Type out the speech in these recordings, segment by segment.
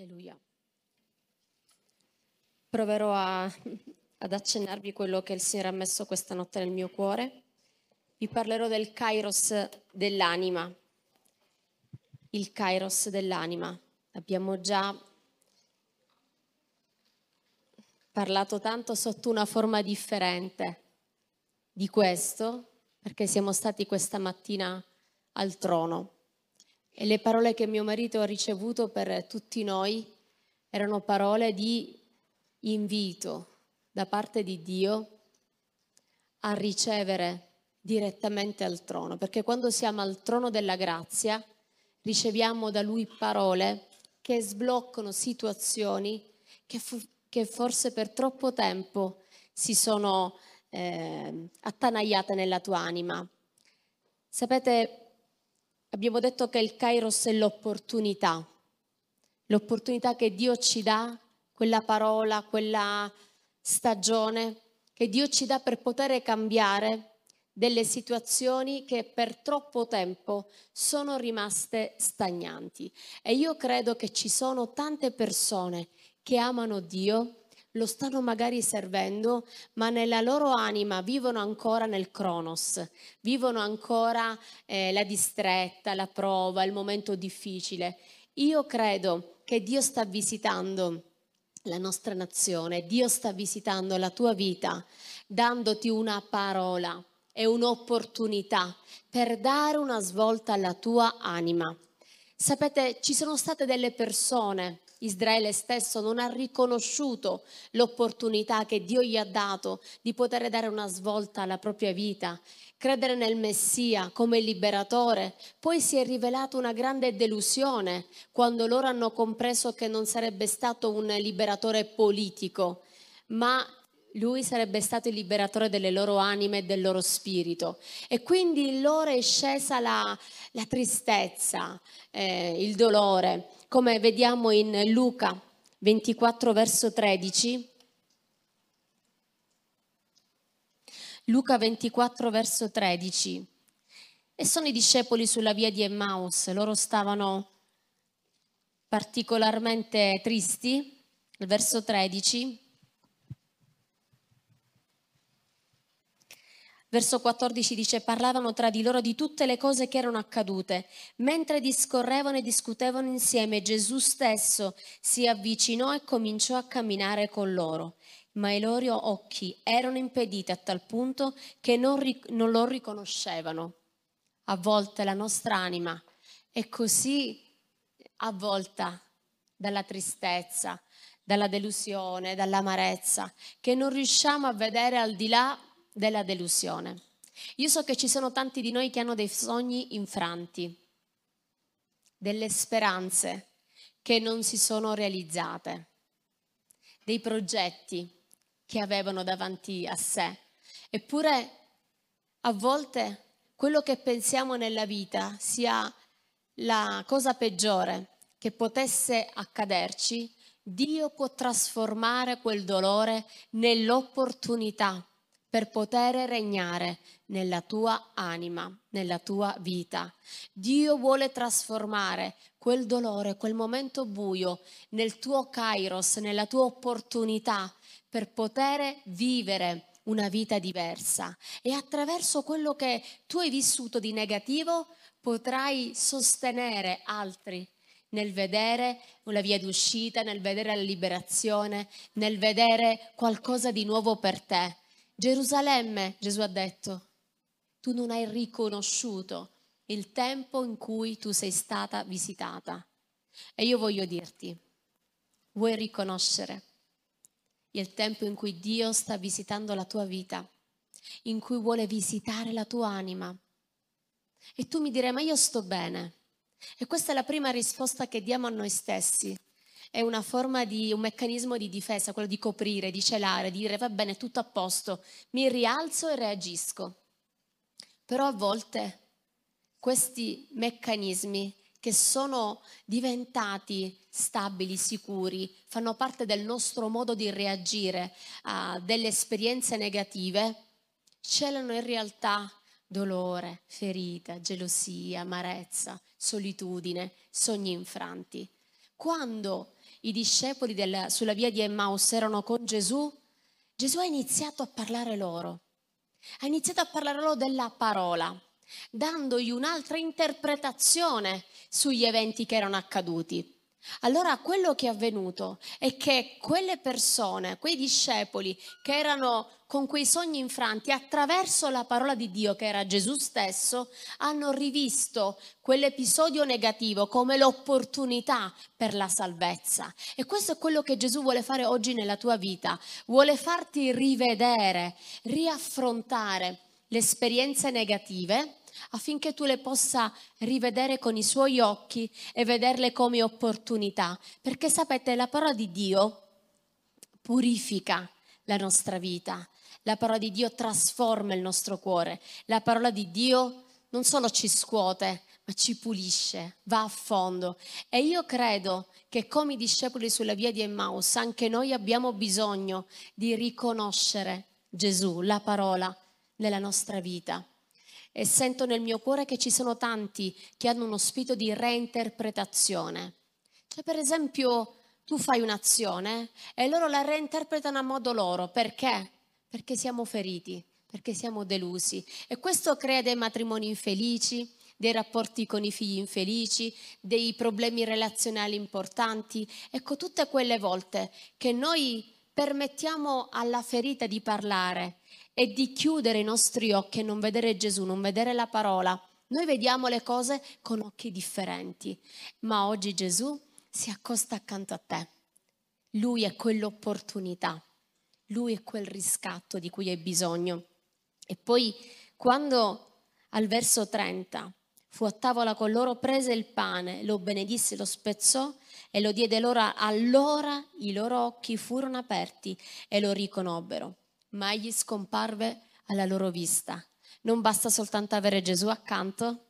Alleluia. Proverò ad accennarvi quello che il Signore ha messo questa notte nel mio cuore. Vi parlerò del Kairos dell'anima. Il Kairos dell'anima. Abbiamo già parlato tanto sotto una forma differente di questo, perché siamo stati questa mattina al trono. E le parole che mio marito ha ricevuto per tutti noi erano parole di invito da parte di Dio a ricevere direttamente al trono, perché quando siamo al trono della grazia riceviamo da Lui parole che sbloccano situazioni che forse per troppo tempo si sono attanagliate nella tua anima. Sapete, abbiamo detto che il Kairos è l'opportunità che Dio ci dà, quella parola, quella stagione che Dio ci dà per poter cambiare delle situazioni che per troppo tempo sono rimaste stagnanti. E io credo che ci sono tante persone che amano Dio, lo stanno magari servendo, ma nella loro anima vivono ancora nel Cronos, vivono ancora la distretta, la prova, il momento difficile. Io credo che Dio sta visitando la nostra nazione, Dio sta visitando la tua vita, dandoti una parola e un'opportunità per dare una svolta alla tua anima. Sapete, ci sono state delle persone, Israele stesso non ha riconosciuto l'opportunità che Dio gli ha dato di poter dare una svolta alla propria vita, credere nel Messia come liberatore. Poi si è rivelata una grande delusione quando loro hanno compreso che non sarebbe stato un liberatore politico, ma lui sarebbe stato il liberatore delle loro anime e del loro spirito. E quindi in loro è scesa la tristezza, il dolore, come vediamo in Luca 24 verso 13. Luca 24 verso 13. E sono i discepoli sulla via di Emmaus, loro stavano particolarmente tristi. Il verso 13. Verso 14 dice: parlavano tra di loro di tutte le cose che erano accadute. Mentre discorrevano e discutevano insieme, Gesù stesso si avvicinò e cominciò a camminare con loro. Ma i loro occhi erano impediti a tal punto che non lo riconoscevano. A volte la nostra anima è così avvolta dalla tristezza, dalla delusione, dall'amarezza, che non riusciamo a vedere al di là della delusione. Io so che ci sono tanti di noi che hanno dei sogni infranti, delle speranze che non si sono realizzate, dei progetti che avevano davanti a sé. Eppure a volte quello che pensiamo nella vita sia la cosa peggiore che potesse accaderci, Dio può trasformare quel dolore nell'opportunità per poter regnare nella tua anima, nella tua vita. Dio vuole trasformare quel dolore, quel momento buio nel tuo kairos, nella tua opportunità per poter vivere una vita diversa. E attraverso quello che tu hai vissuto di negativo potrai sostenere altri nel vedere una via d'uscita, nel vedere la liberazione, nel vedere qualcosa di nuovo per te. Gerusalemme, Gesù ha detto, tu non hai riconosciuto il tempo in cui tu sei stata visitata. E io voglio dirti, vuoi riconoscere il tempo in cui Dio sta visitando la tua vita, in cui vuole visitare la tua anima? E tu mi direi, ma io sto bene. E questa è la prima risposta che diamo a noi stessi. È una forma di un meccanismo di difesa, quello di coprire, di celare, di dire va bene, tutto a posto, mi rialzo e reagisco. Però a volte questi meccanismi che sono diventati stabili, sicuri, fanno parte del nostro modo di reagire a delle esperienze negative, celano in realtà dolore, ferita, gelosia, amarezza, solitudine, sogni infranti. quando i discepoli sulla via di Emmaus erano con Gesù, Gesù ha iniziato a parlare loro. Ha iniziato a parlare loro della parola, dandogli un'altra interpretazione sugli eventi che erano accaduti. Allora quello che è avvenuto è che quelle persone, quei discepoli che erano con quei sogni infranti, attraverso la parola di Dio che era Gesù stesso, hanno rivisto quell'episodio negativo come l'opportunità per la salvezza. E questo è quello che Gesù vuole fare oggi nella tua vita, vuole farti rivedere, riaffrontare le esperienze negative affinché tu le possa rivedere con i suoi occhi e vederle come opportunità. Perché sapete, la parola di Dio purifica la nostra vita, la parola di Dio trasforma il nostro cuore, la parola di Dio non solo ci scuote, ma ci pulisce, va a fondo. E io credo che come i discepoli sulla via di Emmaus, anche noi abbiamo bisogno di riconoscere Gesù, la parola, nella nostra vita. E sento nel mio cuore che ci sono tanti che hanno uno spirito di reinterpretazione. Cioè, per esempio, tu fai un'azione e loro la reinterpretano a modo loro. Perché? Perché siamo feriti, perché siamo delusi. E questo crea dei matrimoni infelici, dei rapporti con i figli infelici, dei problemi relazionali importanti. Ecco, tutte quelle volte che noi permettiamo alla ferita di parlare e di chiudere i nostri occhi e non vedere Gesù, non vedere la parola, noi vediamo le cose con occhi differenti. Ma oggi Gesù si accosta accanto a te. Lui è quell'opportunità, lui è quel riscatto di cui hai bisogno. E poi quando al verso 30 fu a tavola con loro, prese il pane, lo benedisse, lo spezzò e lo diede loro. Allora i loro occhi furono aperti e lo riconobbero, ma egli scomparve alla loro vista. Non basta soltanto avere Gesù accanto,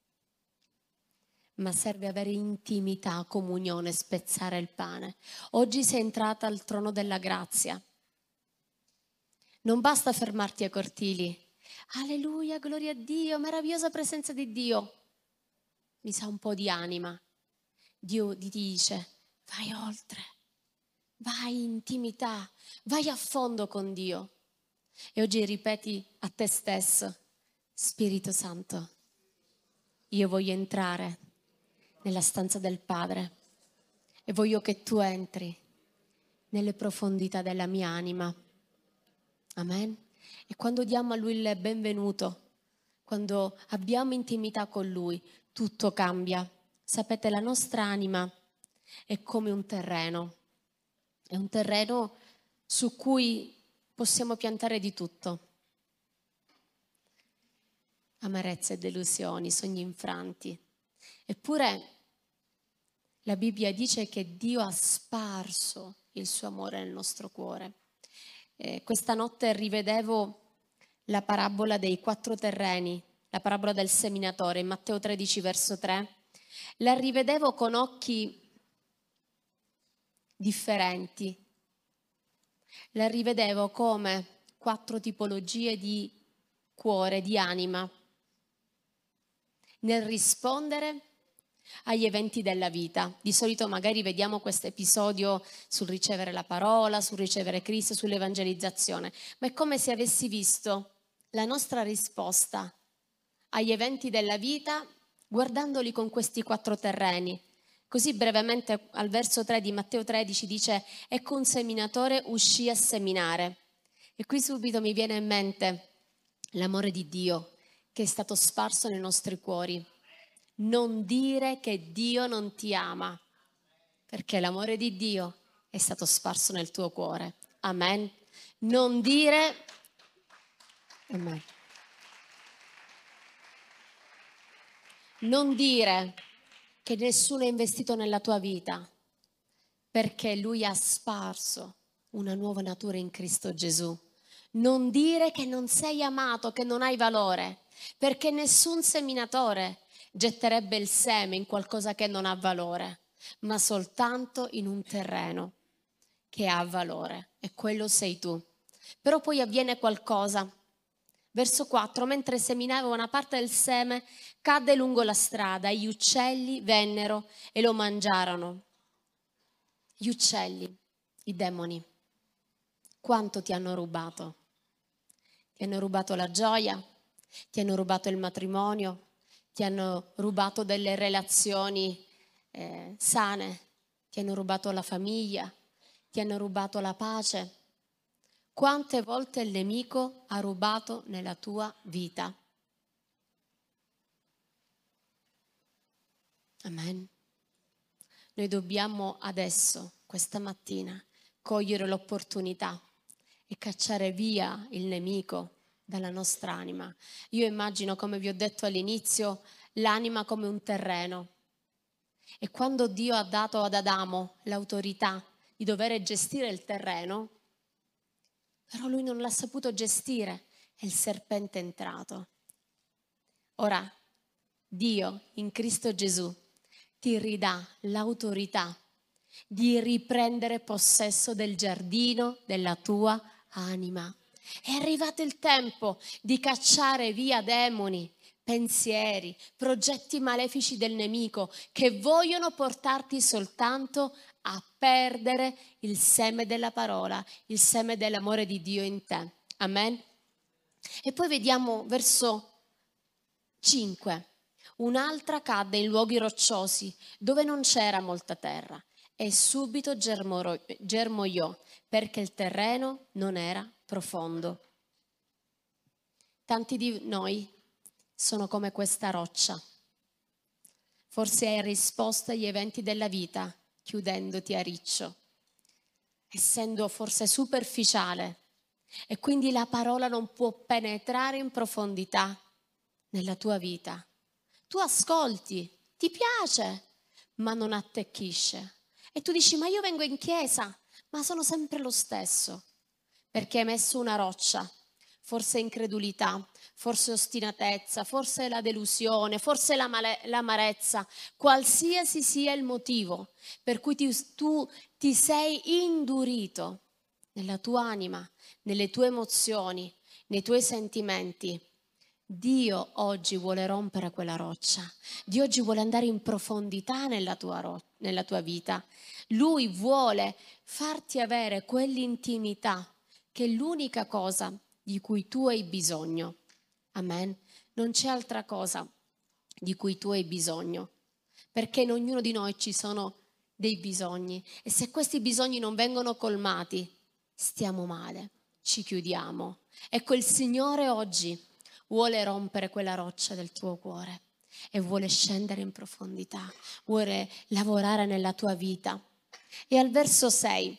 ma serve avere intimità, comunione, spezzare il pane. Oggi sei entrata al trono della grazia. Non basta fermarti ai cortili. Alleluia, gloria a Dio, meravigliosa presenza di Dio. Mi sa un po' di anima. Dio ti dice, vai oltre, vai in intimità, vai a fondo con Dio. E oggi ripeti a te stesso, Spirito Santo, io voglio entrare nella stanza del Padre e voglio che tu entri nelle profondità della mia anima. Amen. E quando diamo a Lui il benvenuto, quando abbiamo intimità con Lui, tutto cambia. Sapete, la nostra anima è come un terreno. È un terreno su cui possiamo piantare di tutto. Amarezze e delusioni, sogni infranti. Eppure la Bibbia dice che Dio ha sparso il suo amore nel nostro cuore. Questa notte rivedevo la parabola dei 4 terreni, la parabola del seminatore in Matteo 13 verso 3. La rivedevo con occhi differenti. La rivedevo come 4 tipologie di cuore, di anima, nel rispondere agli eventi della vita. Di solito magari vediamo questo episodio sul ricevere la parola, sul ricevere Cristo, sull'evangelizzazione, ma è come se avessi visto la nostra risposta agli eventi della vita guardandoli con questi 4 terreni. Così brevemente al verso 3 di Matteo 13 dice: ecco un seminatore uscì a seminare. E qui subito mi viene in mente l'amore di Dio che è stato sparso nei nostri cuori. Non dire che Dio non ti ama, perché l'amore di Dio è stato sparso nel tuo cuore. Amen. Non dire... Amen. Non dire che nessuno è investito nella tua vita, perché Lui ha sparso una nuova natura in Cristo Gesù. Non dire che non sei amato, che non hai valore, perché nessun seminatore getterebbe il seme in qualcosa che non ha valore, ma soltanto in un terreno che ha valore, e quello sei tu. Però poi avviene qualcosa. Verso 4, mentre seminava una parte del seme, cadde lungo la strada e gli uccelli vennero e lo mangiarono. Gli uccelli, i demoni, quanto ti hanno rubato? Ti hanno rubato la gioia, ti hanno rubato il matrimonio, ti hanno rubato delle relazioni sane, ti hanno rubato la famiglia, ti hanno rubato la pace. Quante volte il nemico ha rubato nella tua vita? Amen. Noi dobbiamo adesso, questa mattina, cogliere l'opportunità e cacciare via il nemico dalla nostra anima. Io immagino, come vi ho detto all'inizio, l'anima come un terreno. E quando Dio ha dato ad Adamo l'autorità di dover gestire il terreno, però lui non l'ha saputo gestire e il serpente è entrato. Ora, Dio in Cristo Gesù ti ridà l'autorità di riprendere possesso del giardino della tua anima. È arrivato il tempo di cacciare via demoni, pensieri, progetti malefici del nemico che vogliono portarti soltanto a perdere il seme della parola, il seme dell'amore di Dio in te. Amen. E poi vediamo verso 5. Un'altra cadde in luoghi rocciosi dove non c'era molta terra e subito germogliò perché il terreno non era profondo. Tanti di noi sono come questa roccia. Forse hai risposto agli eventi della vita chiudendoti a riccio, essendo forse superficiale, e quindi la parola non può penetrare in profondità nella tua vita. Tu ascolti, ti piace, ma non attecchisce. E tu dici, ma io vengo in chiesa, ma sono sempre lo stesso, perché hai messo una roccia, forse incredulità, forse ostinatezza, forse la delusione, forse l'amarezza, qualsiasi sia il motivo per cui tu ti sei indurito nella tua anima, nelle tue emozioni, nei tuoi sentimenti. Dio oggi vuole rompere quella roccia. Dio oggi vuole andare in profondità nella tua vita. Lui vuole farti avere quell'intimità che è l'unica cosa di cui tu hai bisogno. Amen. Non c'è altra cosa di cui tu hai bisogno, perché in ognuno di noi ci sono dei bisogni e se questi bisogni non vengono colmati, stiamo male, ci chiudiamo. Ecco, il Signore oggi vuole rompere quella roccia del tuo cuore e vuole scendere in profondità, vuole lavorare nella tua vita. E al verso 6,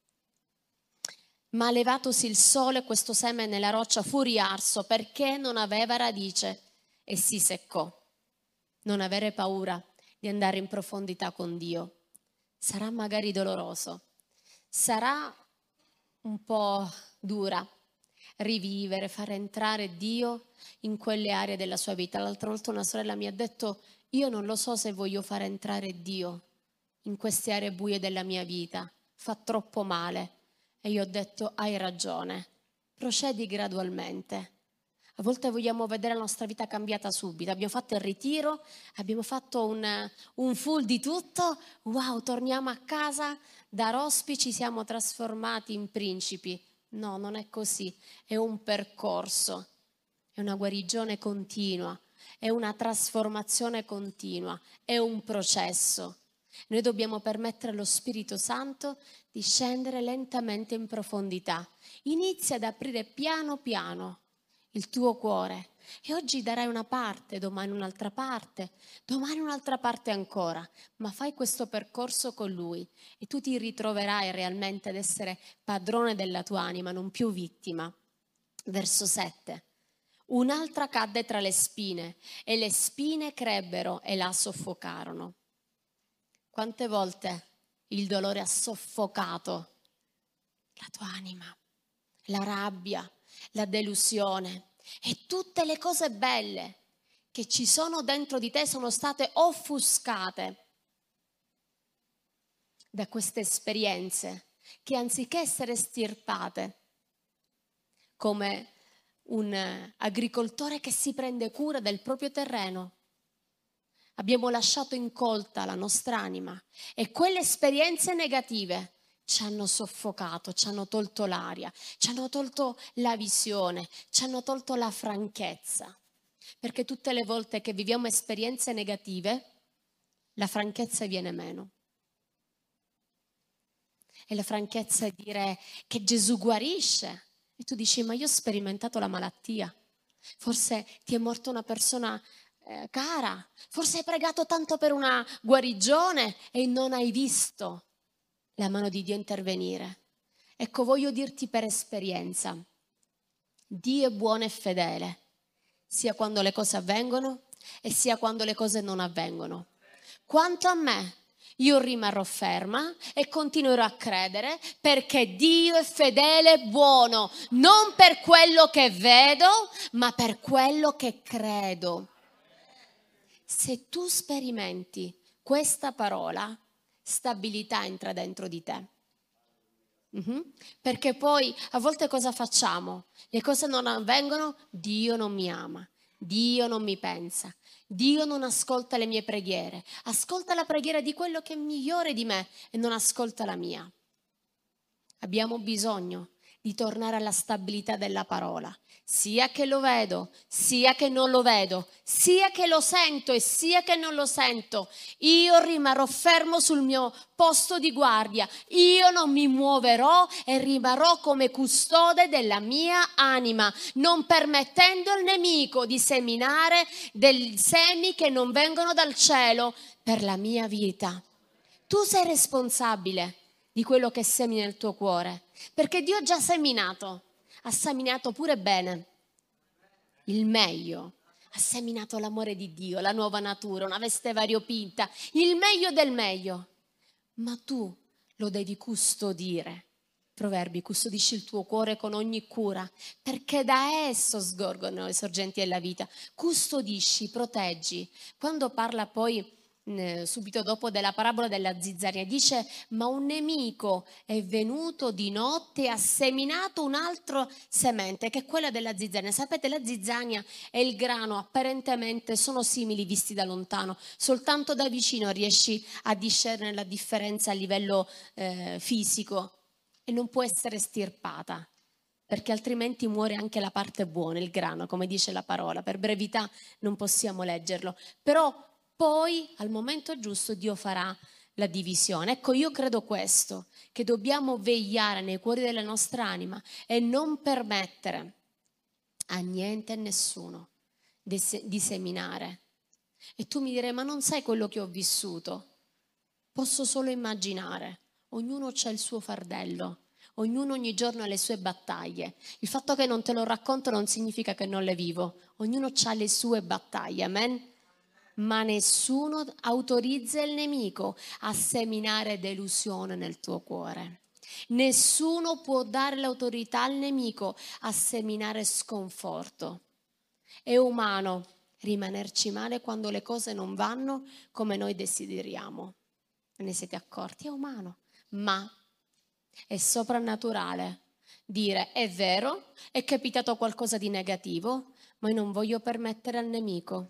ma levatosi il sole, questo seme nella roccia fu riarso perché non aveva radice e si seccò. Non avere paura di andare in profondità con Dio. Sarà magari doloroso, sarà un po' dura rivivere, far entrare Dio in quelle aree della sua vita. L'altra volta una sorella mi ha detto, io non lo so se voglio far entrare Dio in queste aree buie della mia vita, fa troppo male. E io ho detto, hai ragione, procedi gradualmente. A volte vogliamo vedere la nostra vita cambiata subito. Abbiamo fatto il ritiro, abbiamo fatto un full di tutto, wow, torniamo a casa, da rospi ci siamo trasformati in principi. No, non è così, è un percorso, è una guarigione continua, è una trasformazione continua, è un processo. Noi dobbiamo permettere allo Spirito Santo di scendere lentamente in profondità. Inizia ad aprire piano piano il tuo cuore e oggi darai una parte, domani un'altra parte, domani un'altra parte ancora, ma fai questo percorso con Lui e tu ti ritroverai realmente ad essere padrone della tua anima, non più vittima. Verso 7. Un'altra cadde tra le spine e le spine crebbero e la soffocarono. Quante volte il dolore ha soffocato la tua anima, la rabbia, la delusione e tutte le cose belle che ci sono dentro di te sono state offuscate da queste esperienze che anziché essere estirpate come un agricoltore che si prende cura del proprio terreno, abbiamo lasciato incolta la nostra anima e quelle esperienze negative ci hanno soffocato, ci hanno tolto l'aria, ci hanno tolto la visione, ci hanno tolto la franchezza. Perché tutte le volte che viviamo esperienze negative, la franchezza viene meno. E la franchezza è dire che Gesù guarisce. E tu dici, ma io ho sperimentato la malattia. Forse ti è morta una persona cara, forse hai pregato tanto per una guarigione e non hai visto la mano di Dio intervenire. Ecco, voglio dirti per esperienza, Dio è buono e fedele, sia quando le cose avvengono e sia quando le cose non avvengono. Quanto a me, io rimarrò ferma e continuerò a credere perché Dio è fedele e buono, non per quello che vedo, ma per quello che credo. Se tu sperimenti questa parola, stabilità entra dentro di te. Perché poi a volte cosa facciamo? Le cose non avvengono, Dio non mi ama, Dio non mi pensa, Dio non ascolta le mie preghiere, ascolta la preghiera di quello che è migliore di me e non ascolta la mia. Abbiamo bisogno di tornare alla stabilità della parola, sia che lo vedo, sia che non lo vedo, sia che lo sento e sia che non lo sento. Io rimarrò fermo sul mio posto di guardia, io non mi muoverò e rimarrò come custode della mia anima, non permettendo al nemico di seminare dei semi che non vengono dal cielo per la mia vita. Tu sei responsabile di quello che semini nel tuo cuore, perché Dio ha già ha seminato pure bene, il meglio, ha seminato l'amore di Dio, la nuova natura, una veste variopinta, il meglio del meglio, ma tu lo devi custodire. Proverbi, custodisci il tuo cuore con ogni cura, perché da esso sgorgono le sorgenti della vita. Custodisci, proteggi. Quando parla poi subito dopo della parabola della zizzania, dice: ma un nemico è venuto di notte e ha seminato un altro semente, che è quella della zizzania. Sapete, la zizzania e il grano apparentemente sono simili visti da lontano, soltanto da vicino riesci a discernere la differenza a livello fisico e non può essere estirpata, perché altrimenti muore anche la parte buona, il grano, come dice la parola. Per brevità non possiamo leggerlo, però poi al momento giusto Dio farà la divisione. Ecco, io credo questo, che dobbiamo vegliare nei cuori della nostra anima e non permettere a niente e nessuno di seminare. E tu mi direi, ma non sai quello che ho vissuto? Posso solo immaginare. Ognuno c'ha il suo fardello, ognuno ogni giorno ha le sue battaglie. Il fatto che non te lo racconto non significa che non le vivo. Ognuno ha le sue battaglie, amen? Ma nessuno autorizza il nemico a seminare delusione nel tuo cuore. Nessuno può dare l'autorità al nemico a seminare sconforto. È umano rimanerci male quando le cose non vanno come noi desideriamo. Ne siete accorti? È umano, ma è soprannaturale dire: è vero, è capitato qualcosa di negativo, ma io non voglio permettere al nemico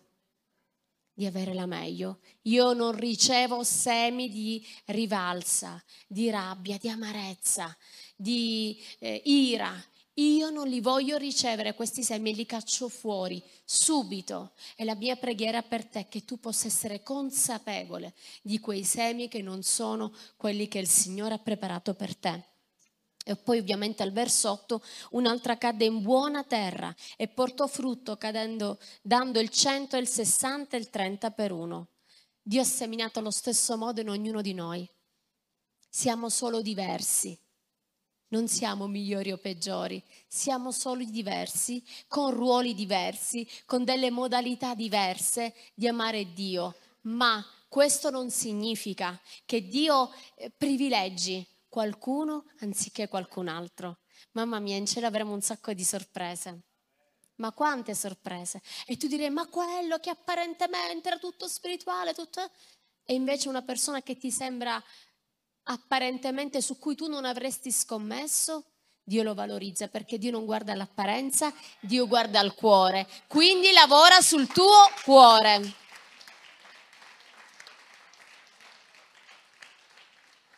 di avere la meglio. Io non ricevo semi di rivalsa, di rabbia, di amarezza, di ira. Io non li voglio ricevere questi semi e li caccio fuori subito. E la mia preghiera per te è che tu possa essere consapevole di quei semi che non sono quelli che il Signore ha preparato per te. E poi ovviamente al verso 8 un'altra cadde in buona terra e portò frutto, dando il 100, il 60 e il 30 per uno. Dio ha seminato allo stesso modo in ognuno di noi. Siamo solo diversi. Non siamo migliori o peggiori, siamo solo diversi, con ruoli diversi, con delle modalità diverse di amare Dio. Ma questo non significa che Dio privilegi qualcuno anziché qualcun altro. Mamma mia, in cielo avremo un sacco di sorprese. Ma quante sorprese! E tu direi, ma quello che apparentemente era tutto spirituale, tutto... E invece una persona che ti sembra apparentemente su cui tu non avresti scommesso, Dio lo valorizza, perché Dio non guarda all'apparenza, Dio guarda al cuore. Quindi lavora sul tuo cuore.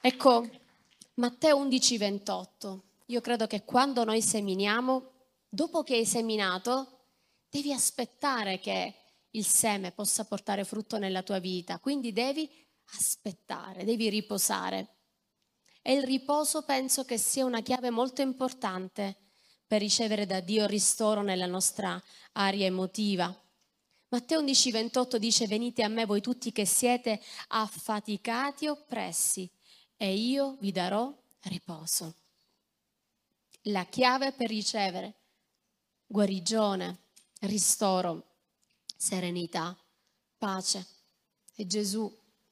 Ecco, Matteo 11:28. Io credo che quando noi seminiamo, dopo che hai seminato, devi aspettare che il seme possa portare frutto nella tua vita. Quindi devi aspettare, devi riposare. E il riposo penso che sia una chiave molto importante per ricevere da Dio ristoro nella nostra area emotiva. Matteo 11:28 dice: venite a me voi tutti che siete affaticati e oppressi, e io vi darò riposo. La chiave per ricevere guarigione, ristoro, serenità, pace è Gesù.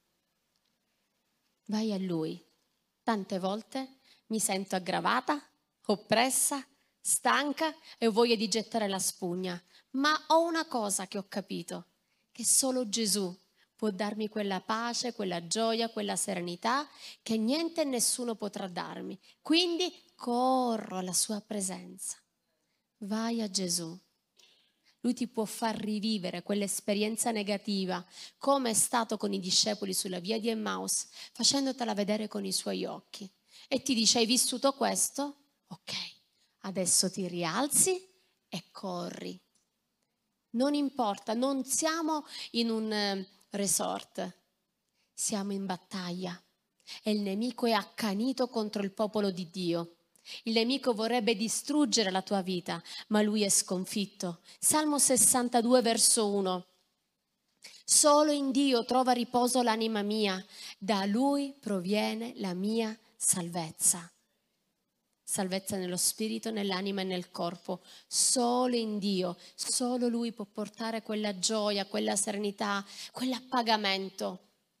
Vai a Lui. Tante volte mi sento aggravata, oppressa, stanca e ho voglia di gettare la spugna, ma ho una cosa che ho capito, che solo Gesù può darmi quella pace, quella gioia, quella serenità che niente e nessuno potrà darmi. Quindi corro alla sua presenza. Vai a Gesù. Lui ti può far rivivere quell'esperienza negativa, come è stato con i discepoli sulla via di Emmaus, facendotela vedere con i suoi occhi. E ti dice: hai vissuto questo? Ok, adesso ti rialzi e corri. Non importa, non siamo in un resort, siamo in battaglia e il nemico è accanito contro il popolo di Dio. Il nemico vorrebbe distruggere la tua vita, ma lui è sconfitto. Salmo 62, verso 1. Solo in Dio trova riposo l'anima mia, da Lui proviene la mia salvezza. Salvezza nello spirito, nell'anima e nel corpo. Solo in Dio, solo Lui può portare quella gioia, quella serenità, quell'appagamento.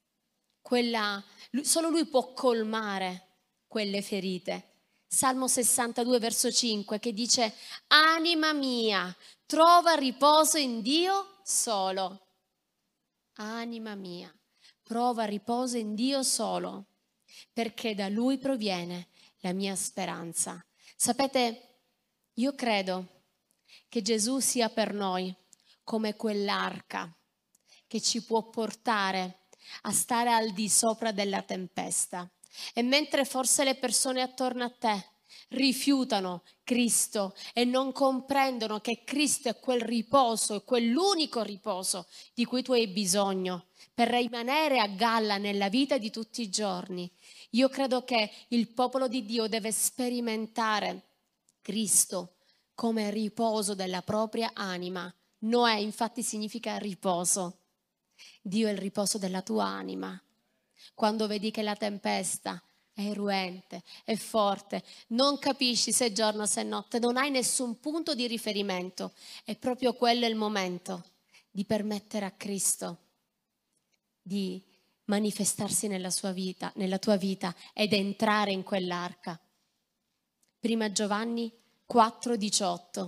Solo Lui può colmare quelle ferite. Salmo 62, verso 5, che dice: anima mia, trova riposo in Dio solo. Anima mia, prova riposo in Dio solo, perché da Lui proviene la mia speranza. Sapete, io credo che Gesù sia per noi come quell'arca che ci può portare a stare al di sopra della tempesta. E mentre forse le persone attorno a te rifiutano Cristo e non comprendono che Cristo è quel riposo, è quell'unico riposo di cui tu hai bisogno per rimanere a galla nella vita di tutti i giorni, io credo che il popolo di Dio deve sperimentare Cristo come riposo della propria anima. Noè infatti significa riposo. Dio è il riposo della tua anima. Quando vedi che la tempesta è irruente, è forte, non capisci se è giorno, se è notte, non hai nessun punto di riferimento, è proprio quello il momento di permettere a Cristo di manifestarsi nella sua vita, nella tua vita, ed entrare in quell'arca. Prima Giovanni 4,18,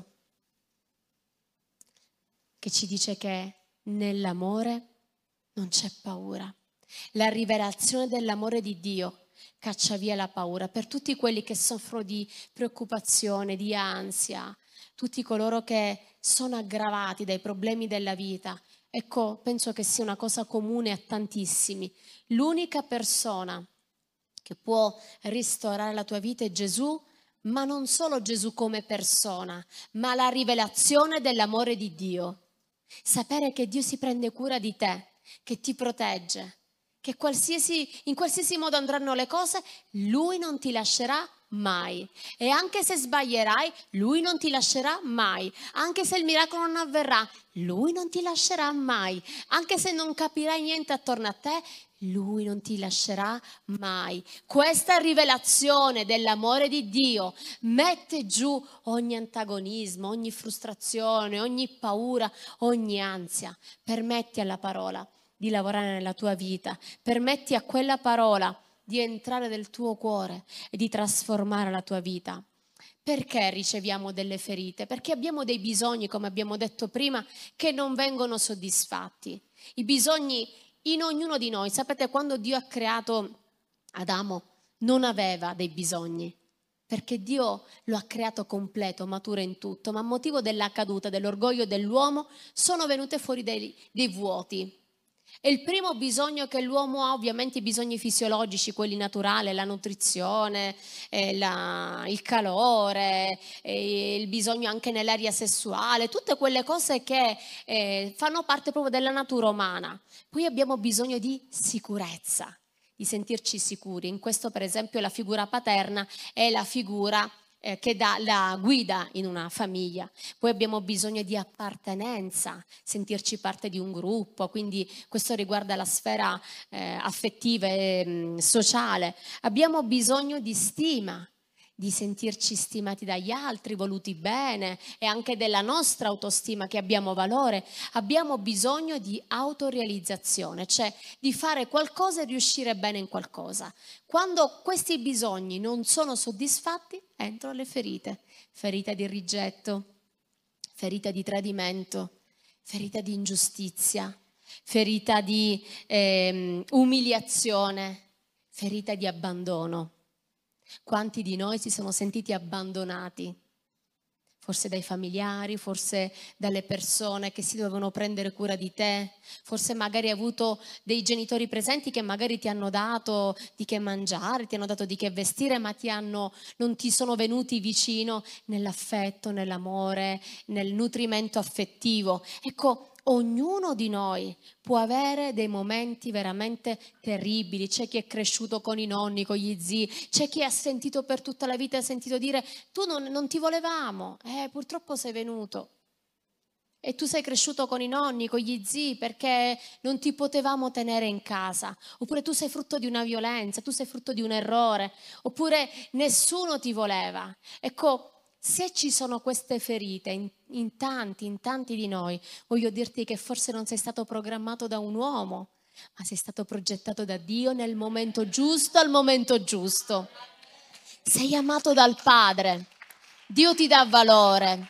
che ci dice che nell'amore non c'è paura. La rivelazione dell'amore di Dio caccia via la paura per tutti quelli che soffrono di preoccupazione, di ansia, tutti coloro che sono aggravati dai problemi della vita. Ecco, penso che sia una cosa comune a tantissimi. L'unica persona che può ristorare la tua vita è Gesù, ma non solo Gesù come persona, ma la rivelazione dell'amore di Dio. Sapere che Dio si prende cura di te, che ti protegge, che in qualsiasi modo andranno le cose, Lui non ti lascerà mai. E anche se sbaglierai, Lui non ti lascerà mai. Anche se il miracolo non avverrà, Lui non ti lascerà mai. Anche se non capirai niente attorno a te, Lui non ti lascerà mai. Questa rivelazione dell'amore di Dio mette giù ogni antagonismo, ogni frustrazione, ogni paura, ogni ansia. Permetti alla parola di lavorare nella tua vita, permetti a quella parola di entrare nel tuo cuore e di trasformare la tua vita. Perché riceviamo delle ferite? Perché abbiamo dei bisogni, come abbiamo detto prima, che non vengono soddisfatti. I bisogni in ognuno di noi. Sapete, quando Dio ha creato Adamo non aveva dei bisogni, perché Dio lo ha creato completo, maturo in tutto, ma a motivo della caduta, dell'orgoglio dell'uomo, sono venute fuori dei vuoti. E il primo bisogno che l'uomo ha, ovviamente i bisogni fisiologici, quelli naturali, la nutrizione, il calore, il bisogno anche nell'area sessuale, tutte quelle cose che fanno parte proprio della natura umana. Poi abbiamo bisogno di sicurezza, di sentirci sicuri. In questo, per esempio, la figura paterna è la figura che dà la guida in una famiglia. Poi abbiamo bisogno di appartenenza, sentirci parte di un gruppo, quindi questo riguarda la sfera affettiva e sociale. Abbiamo bisogno di stima, di sentirci stimati dagli altri, voluti bene, e anche della nostra autostima, che abbiamo valore. Abbiamo bisogno di autorealizzazione, cioè di fare qualcosa e riuscire bene in qualcosa. Quando questi bisogni non sono soddisfatti, entrano le ferite, ferita di rigetto, ferita di tradimento, ferita di ingiustizia, ferita di umiliazione, ferita di abbandono. Quanti di noi si sono sentiti abbandonati? Forse dai familiari, forse dalle persone che si dovevano prendere cura di te, forse magari hai avuto dei genitori presenti che magari ti hanno dato di che mangiare, ti hanno dato di che vestire, ma non ti sono venuti vicino nell'affetto, nell'amore, nel nutrimento affettivo. Ecco, ognuno di noi può avere dei momenti veramente terribili. C'è chi è cresciuto con i nonni, con gli zii, c'è chi ha sentito per tutta la vita, ha sentito dire: tu non ti volevamo, purtroppo sei venuto. E tu sei cresciuto con i nonni, con gli zii, perché non ti potevamo tenere in casa. Oppure tu sei frutto di una violenza, tu sei frutto di un errore. Oppure nessuno ti voleva. Ecco, se ci sono queste ferite in tanti di noi, voglio dirti che forse non sei stato programmato da un uomo, ma sei stato progettato da Dio nel momento giusto, al momento giusto. Sei amato dal Padre. Dio ti dà valore.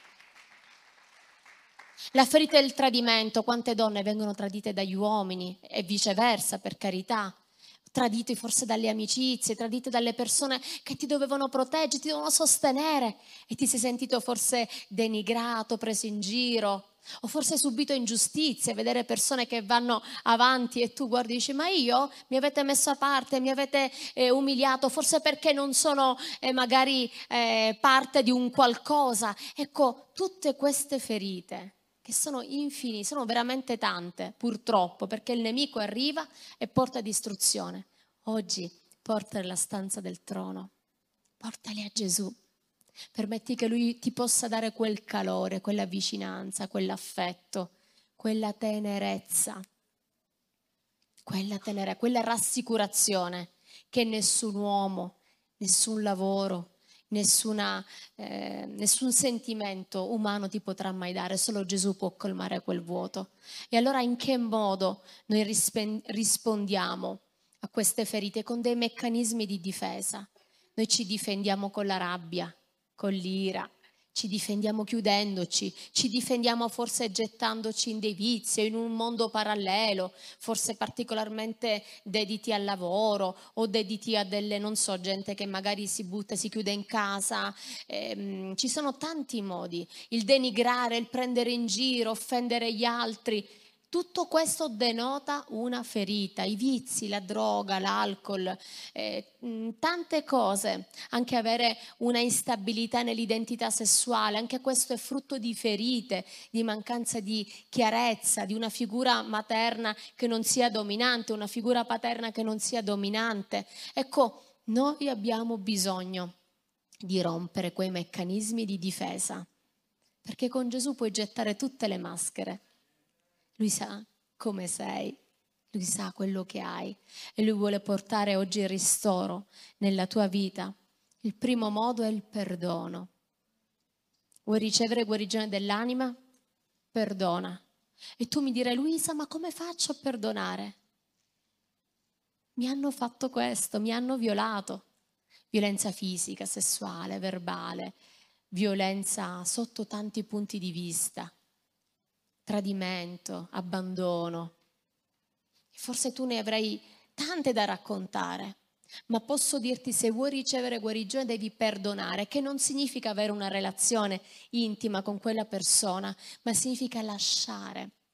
La ferita del tradimento, quante donne vengono tradite dagli uomini e viceversa, per carità. Tradite forse dalle amicizie, tradite dalle persone che ti dovevano proteggere, ti dovevano sostenere, e ti sei sentito forse denigrato, preso in giro, o forse hai subito ingiustizie, vedere persone che vanno avanti e tu guardi e dici: ma io mi avete messo a parte, mi avete umiliato, forse perché non sono magari parte di un qualcosa. Ecco, tutte queste ferite, che sono infinite, sono veramente tante, purtroppo, perché il nemico arriva e porta distruzione. Oggi portali alla stanza del trono, portali a Gesù, permetti che Lui ti possa dare quel calore, quella vicinanza, quell'affetto, quella tenerezza, quella rassicurazione che nessun uomo, nessun lavoro, nessun sentimento umano ti potrà mai dare. Solo Gesù può colmare quel vuoto. E allora in che modo noi rispondiamo a queste ferite? Con dei meccanismi di difesa. Noi ci difendiamo con la rabbia, con l'ira, ci difendiamo chiudendoci, ci difendiamo forse gettandoci in dei vizi, in un mondo parallelo, forse particolarmente dediti al lavoro o dediti a delle, non so, gente che magari si butta, si chiude in casa. Ci sono tanti modi: il denigrare, il prendere in giro, offendere gli altri. Tutto questo denota una ferita, i vizi, la droga, l'alcol, tante cose, anche avere una instabilità nell'identità sessuale, anche questo è frutto di ferite, di mancanza di chiarezza, di una figura materna che non sia dominante, una figura paterna che non sia dominante. Ecco, noi abbiamo bisogno di rompere quei meccanismi di difesa, perché con Gesù puoi gettare tutte le maschere. Lui sa come sei, Lui sa quello che hai, e Lui vuole portare oggi il ristoro nella tua vita. Il primo modo è il perdono. Vuoi ricevere guarigione dell'anima? Perdona. E tu mi dirai: Luisa, ma come faccio a perdonare? Mi hanno fatto questo, mi hanno violato. Violenza fisica, sessuale, verbale, violenza sotto tanti punti di vista. Tradimento, abbandono. Forse tu ne avrai tante da raccontare, ma posso dirti: se vuoi ricevere guarigione devi perdonare, che non significa avere una relazione intima con quella persona, ma significa lasciare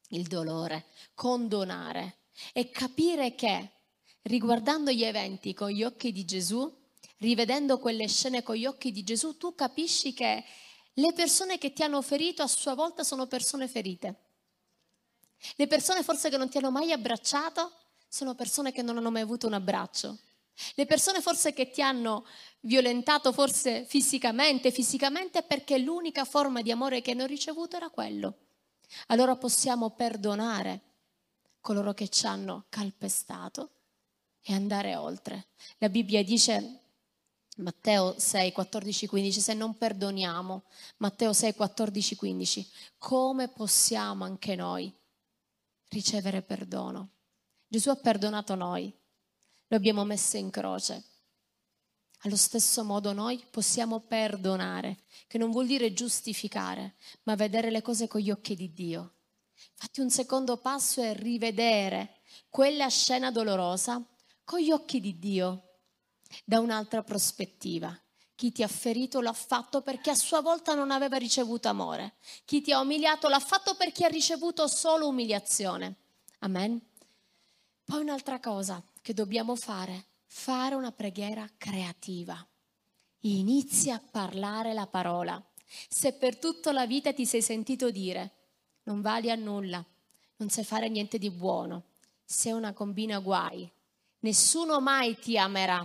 il dolore, condonare e capire che riguardando gli eventi con gli occhi di Gesù, rivedendo quelle scene con gli occhi di Gesù, tu capisci che le persone che ti hanno ferito a sua volta sono persone ferite. Le persone forse che non ti hanno mai abbracciato sono persone che non hanno mai avuto un abbraccio. Le persone forse che ti hanno violentato forse fisicamente perché l'unica forma di amore che hanno ricevuto era quello. Allora possiamo perdonare coloro che ci hanno calpestato e andare oltre. La Bibbia dice, Matteo 6, 14, 15, se non perdoniamo, Matteo 6, 14, 15, come possiamo anche noi ricevere perdono? Gesù ha perdonato noi, lo abbiamo messo in croce. Allo stesso modo noi possiamo perdonare, che non vuol dire giustificare, ma vedere le cose con gli occhi di Dio. Infatti un secondo passo è rivedere quella scena dolorosa con gli occhi di Dio, da un'altra prospettiva. Chi ti ha ferito l'ha fatto perché a sua volta non aveva ricevuto amore. Chi ti ha umiliato l'ha fatto perché ha ricevuto solo umiliazione. Amen. Poi un'altra cosa che dobbiamo fare una preghiera creativa. Inizia a parlare la parola. Se per tutta la vita ti sei sentito dire non vali a nulla, non sai fare niente di buono, sei una combina guai, nessuno mai ti amerà.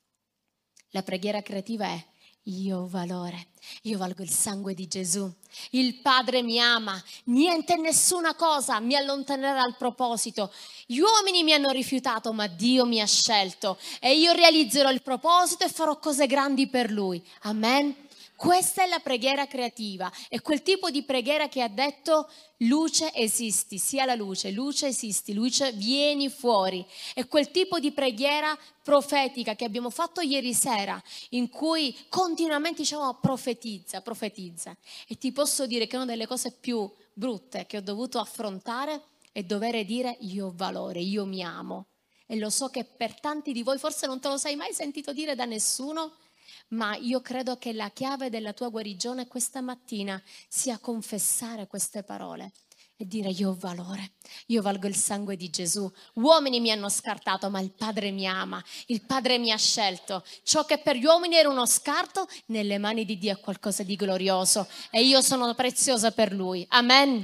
La preghiera creativa è: io ho valore, io valgo il sangue di Gesù, il Padre mi ama, niente e nessuna cosa mi allontanerà dal proposito. Gli uomini mi hanno rifiutato, ma Dio mi ha scelto e io realizzerò il proposito e farò cose grandi per Lui. Amen. Questa è la preghiera creativa, è quel tipo di preghiera che ha detto luce esisti, sia la luce esisti, luce vieni fuori. È quel tipo di preghiera profetica che abbiamo fatto ieri sera, in cui continuamente diciamo profetizza. E ti posso dire che una delle cose più brutte che ho dovuto affrontare è dover dire io ho valore, io mi amo. E lo so che per tanti di voi forse non te lo sei mai sentito dire da nessuno, ma io credo che la chiave della tua guarigione questa mattina sia confessare queste parole e dire io ho valore, io valgo il sangue di Gesù. Uomini mi hanno scartato, ma il Padre mi ama, il Padre mi ha scelto. Ciò che per gli uomini era uno scarto, nelle mani di Dio è qualcosa di glorioso e io sono preziosa per Lui. Amen.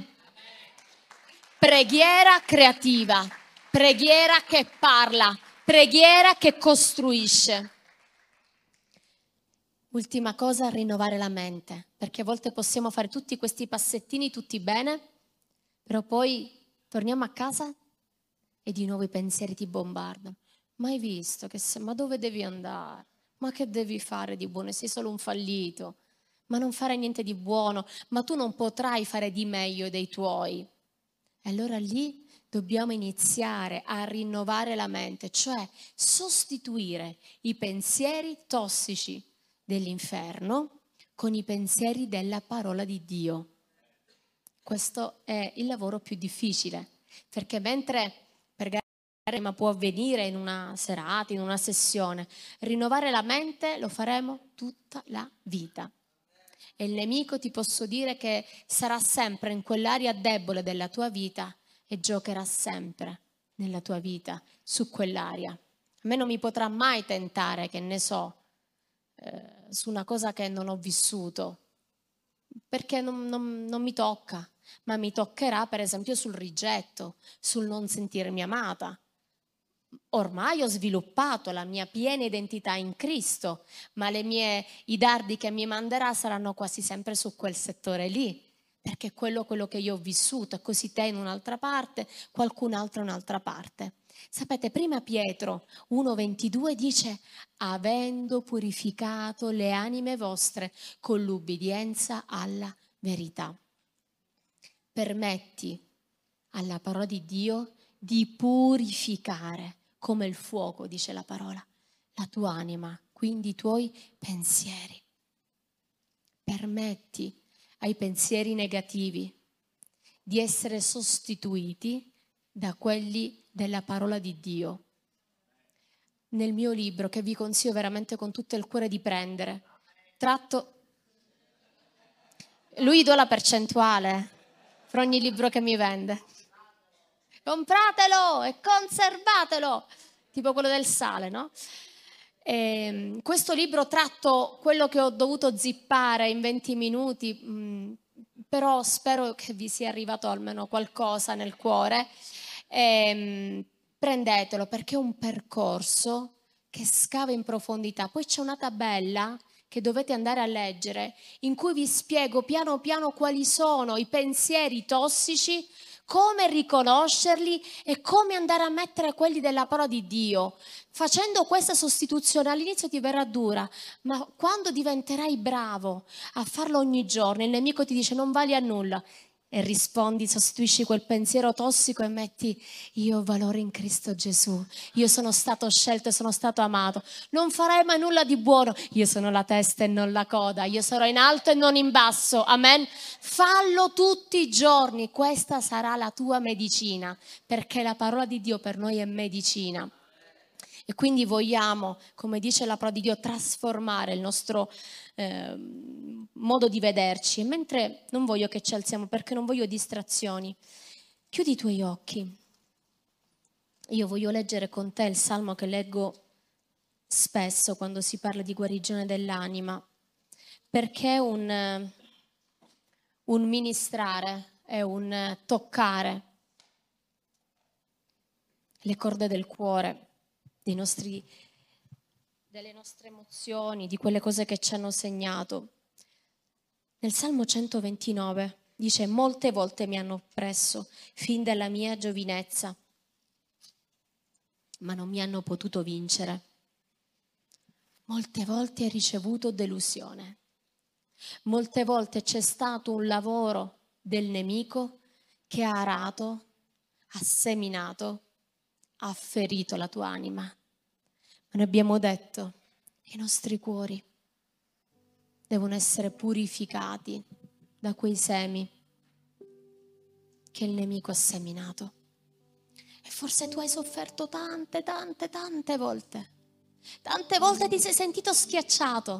Preghiera creativa, preghiera che parla, preghiera che costruisce. Ultima cosa, rinnovare la mente, perché a volte possiamo fare tutti questi passettini tutti bene, però poi torniamo a casa e di nuovo i pensieri ti bombardano. Ma hai visto ma dove devi andare? Ma che devi fare di buono? Sei solo un fallito, ma non fare niente di buono, ma tu non potrai fare di meglio dei tuoi. E allora lì dobbiamo iniziare a rinnovare la mente, cioè sostituire i pensieri tossici dell'inferno con i pensieri della parola di Dio. Questo è il lavoro più difficile, perché mentre pregare ma può avvenire in una serata, in una sessione, rinnovare la mente lo faremo tutta la vita. E il nemico ti posso dire che sarà sempre in quell'area debole della tua vita e giocherà sempre nella tua vita su quell'area. A me non mi potrà mai tentare, che ne so, su una cosa che non ho vissuto, perché non mi tocca, ma mi toccherà per esempio sul rigetto, sul non sentirmi amata. Ormai ho sviluppato la mia piena identità in Cristo, ma i dardi che mi manderà saranno quasi sempre su quel settore lì, perché è quello che io ho vissuto, e così te in un'altra parte, qualcun altro in un'altra parte. Sapete, prima Pietro 1,22 dice: avendo purificato le anime vostre con l'ubbidienza alla verità. Permetti alla parola di Dio di purificare, come il fuoco, dice la parola, la tua anima, quindi i tuoi pensieri. Permetti ai pensieri negativi di essere sostituiti da quelli della parola di Dio. Nel mio libro, che vi consiglio veramente con tutto il cuore di prendere, lui do la percentuale per ogni libro che mi vende. compratelo e conservatelo, tipo quello del sale, no? Questo libro tratto quello che ho dovuto zippare in 20 minuti, però spero che vi sia arrivato almeno qualcosa nel cuore. Prendetelo, perché è un percorso che scava in profondità. Poi c'è una tabella che dovete andare a leggere, in cui vi spiego piano piano quali sono i pensieri tossici, come riconoscerli e come andare a mettere quelli della parola di Dio. Facendo questa sostituzione all'inizio ti verrà dura, ma quando diventerai bravo a farlo ogni giorno, il nemico ti dice non vali a nulla, e rispondi, sostituisci quel pensiero tossico e metti: io ho valore in Cristo Gesù, io sono stato scelto e sono stato amato, non farai mai nulla di buono, io sono la testa e non la coda, io sarò in alto e non in basso, amen. Fallo tutti i giorni, questa sarà la tua medicina, perché la parola di Dio per noi è medicina. E quindi vogliamo, come dice la parola di Dio, trasformare il nostro modo di vederci. E mentre non voglio che ci alziamo, perché non voglio distrazioni, chiudi i tuoi occhi. Io voglio leggere con te il salmo che leggo spesso quando si parla di guarigione dell'anima, perché è un ministrare, è un toccare le corde del cuore, delle nostre emozioni, di quelle cose che ci hanno segnato. Nel Salmo 129 dice: molte volte mi hanno oppresso fin dalla mia giovinezza, ma non mi hanno potuto vincere. Molte volte hai ricevuto delusione. Molte volte c'è stato un lavoro del nemico che ha arato, ha seminato, ha ferito la tua anima. Ma noi abbiamo detto che i nostri cuori devono essere purificati da quei semi che il nemico ha seminato. E forse tu hai sofferto tante volte. Tante volte ti sei sentito schiacciato.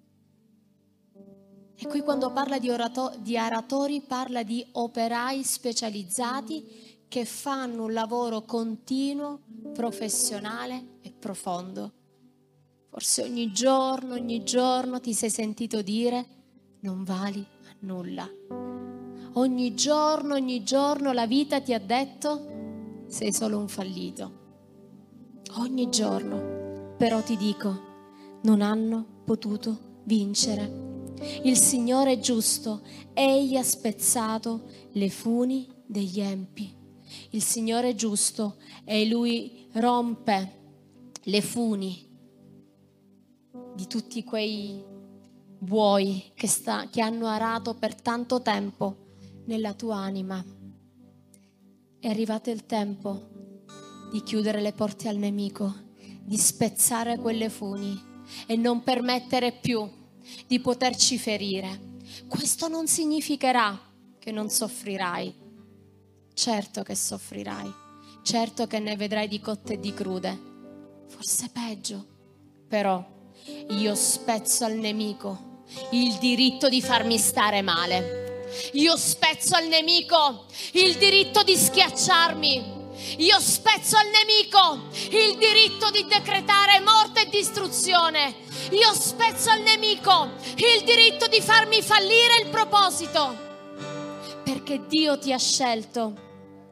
E qui quando parla di aratori parla di operai specializzati che fanno un lavoro continuo, professionale e profondo. Forse ogni giorno ti sei sentito dire: non vali a nulla. Ogni giorno la vita ti ha detto: sei solo un fallito. Ogni giorno, però ti dico, non hanno potuto vincere. Il Signore è giusto, Egli ha spezzato le funi degli empi. Il Signore è giusto e Lui rompe le funi di tutti quei buoi che hanno arato per tanto tempo nella tua anima. È arrivato il tempo di chiudere le porte al nemico, di spezzare quelle funi e non permettere più di poterci ferire. Questo non significherà che non soffrirai. Certo che soffrirai, certo che ne vedrai di cotte e di crude, forse peggio, però io spezzo al nemico il diritto di farmi stare male. Io spezzo al nemico il diritto di schiacciarmi. Io spezzo al nemico il diritto di decretare morte e distruzione. Io spezzo al nemico il diritto di farmi fallire il proposito, perché Dio ti ha scelto.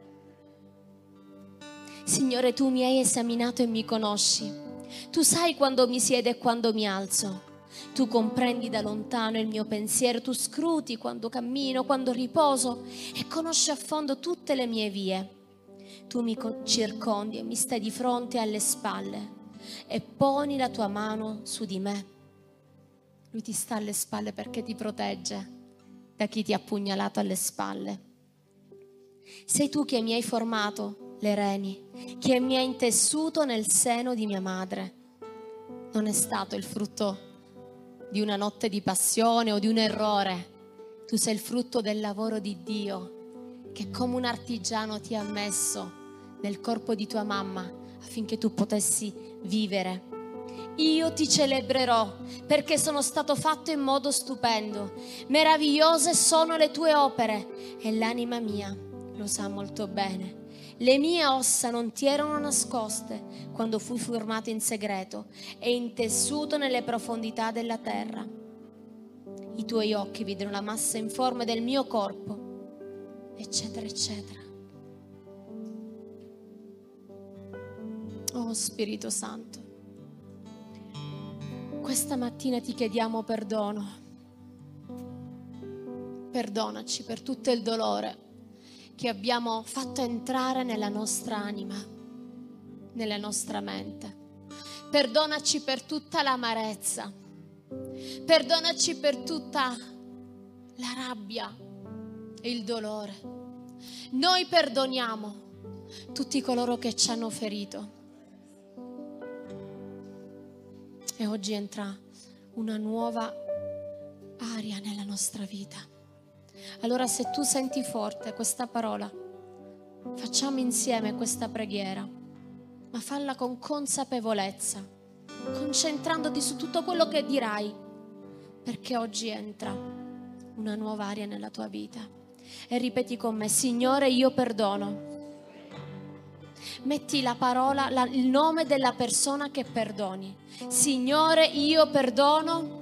Signore, tu mi hai esaminato e mi conosci. Tu sai quando mi siedo e quando mi alzo. Tu comprendi da lontano il mio pensiero, tu scruti quando cammino, quando riposo e conosci a fondo tutte le mie vie. Tu mi circondi e mi stai di fronte alle spalle e poni la tua mano su di me. Lui ti sta alle spalle perché ti protegge da chi ti ha pugnalato alle spalle. Sei tu che mi hai formato le reni, che mi hai intessuto nel seno di mia madre. Non è stato il frutto di una notte di passione o di un errore. Tu sei il frutto del lavoro di Dio, che come un artigiano ti ha messo nel corpo di tua mamma affinché tu potessi vivere. Io ti celebrerò perché sono stato fatto in modo stupendo. Meravigliose sono le tue opere e l'anima mia lo sa molto bene. Le mie ossa non ti erano nascoste quando fui formato in segreto e intessuto nelle profondità della terra. I tuoi occhi videro la massa informe del mio corpo, eccetera, eccetera. Oh Spirito Santo, questa mattina ti chiediamo perdono. Perdonaci per tutto il dolore che abbiamo fatto entrare nella nostra anima, nella nostra mente. Perdonaci per tutta l'amarezza. Perdonaci per tutta la rabbia e il dolore. Noi perdoniamo tutti coloro che ci hanno ferito. E oggi entra una nuova aria nella nostra vita. Allora, se tu senti forte questa parola, facciamo insieme questa preghiera, ma falla con consapevolezza, concentrandoti su tutto quello che dirai, perché oggi entra una nuova aria nella tua vita. E ripeti con me: Signore, io perdono. Metti la parola, il nome della persona che perdoni. Signore, io perdono.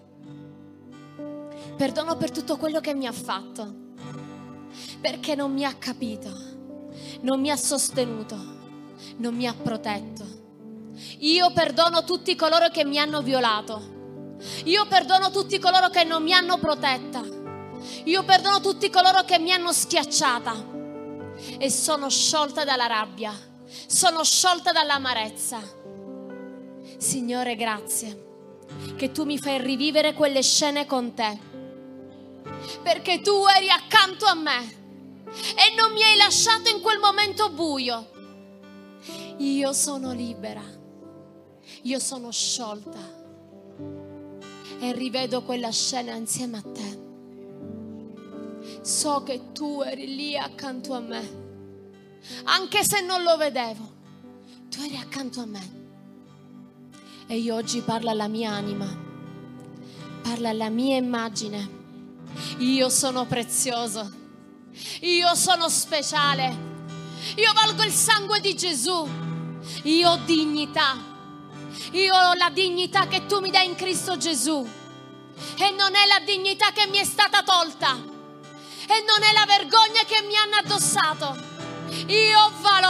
Perdono per tutto quello che mi ha fatto, perché non mi ha capito, non mi ha sostenuto, non mi ha protetto. Io perdono tutti coloro che mi hanno violato. Io perdono tutti coloro che non mi hanno protetta. Io perdono tutti coloro che mi hanno schiacciata. E sono sciolta dalla rabbia, sono sciolta dall'amarezza. Signore, grazie che tu mi fai rivivere quelle scene con te, perché tu eri accanto a me e non mi hai lasciato in quel momento buio. Io sono libera, io sono sciolta e rivedo quella scena insieme a te. So che tu eri lì accanto a me, anche se non lo vedevo, tu eri accanto a me. E io oggi parlo alla mia anima, parlo alla mia immagine. Io sono prezioso, io sono speciale, io valgo il sangue di Gesù, io ho dignità, io ho la dignità che tu mi dai in Cristo Gesù, e non è la dignità che mi è stata tolta, e non è la vergogna che mi hanno addossato. Io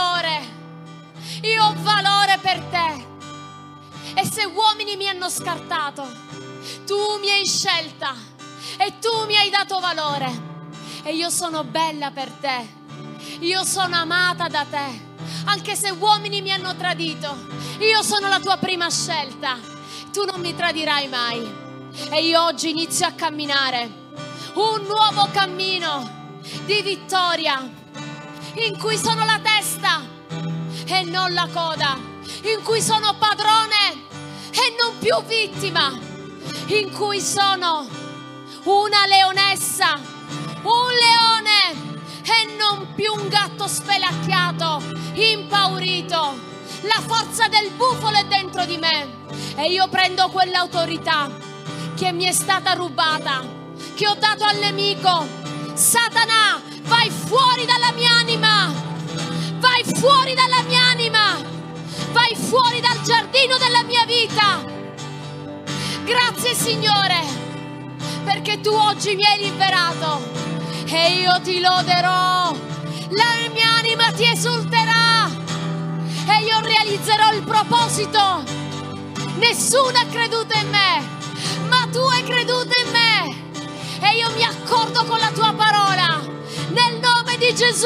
ho valore per te, e se uomini mi hanno scartato, tu mi hai scelta e tu mi hai dato valore, e io sono bella per te, io sono amata da te, anche se uomini mi hanno tradito. Io sono la tua prima scelta, tu non mi tradirai mai. E io oggi inizio a camminare un nuovo cammino di vittoria, in cui sono la testa e non la coda, in cui sono padrone e non più vittima, in cui sono una leonessa, un leone e non più un gatto spelacchiato, impaurito. La forza del bufalo è dentro di me e io prendo quell'autorità che mi è stata rubata, che ho dato al nemico. Satana, vai fuori dalla mia anima, vai fuori dalla mia anima, vai fuori dal giardino della mia vita. Grazie Signore, perché tu oggi mi hai liberato e io ti loderò, la mia anima ti esulterà e io realizzerò il proposito. Nessuno ha creduto in me, ma tu hai creduto in me e io mi accordo con la tua parola, nel nome di Gesù.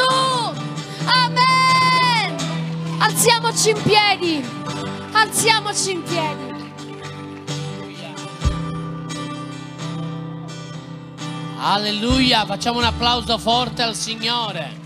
Amen. Alziamoci in piedi, alziamoci in piedi. Alleluia, facciamo un applauso forte al Signore.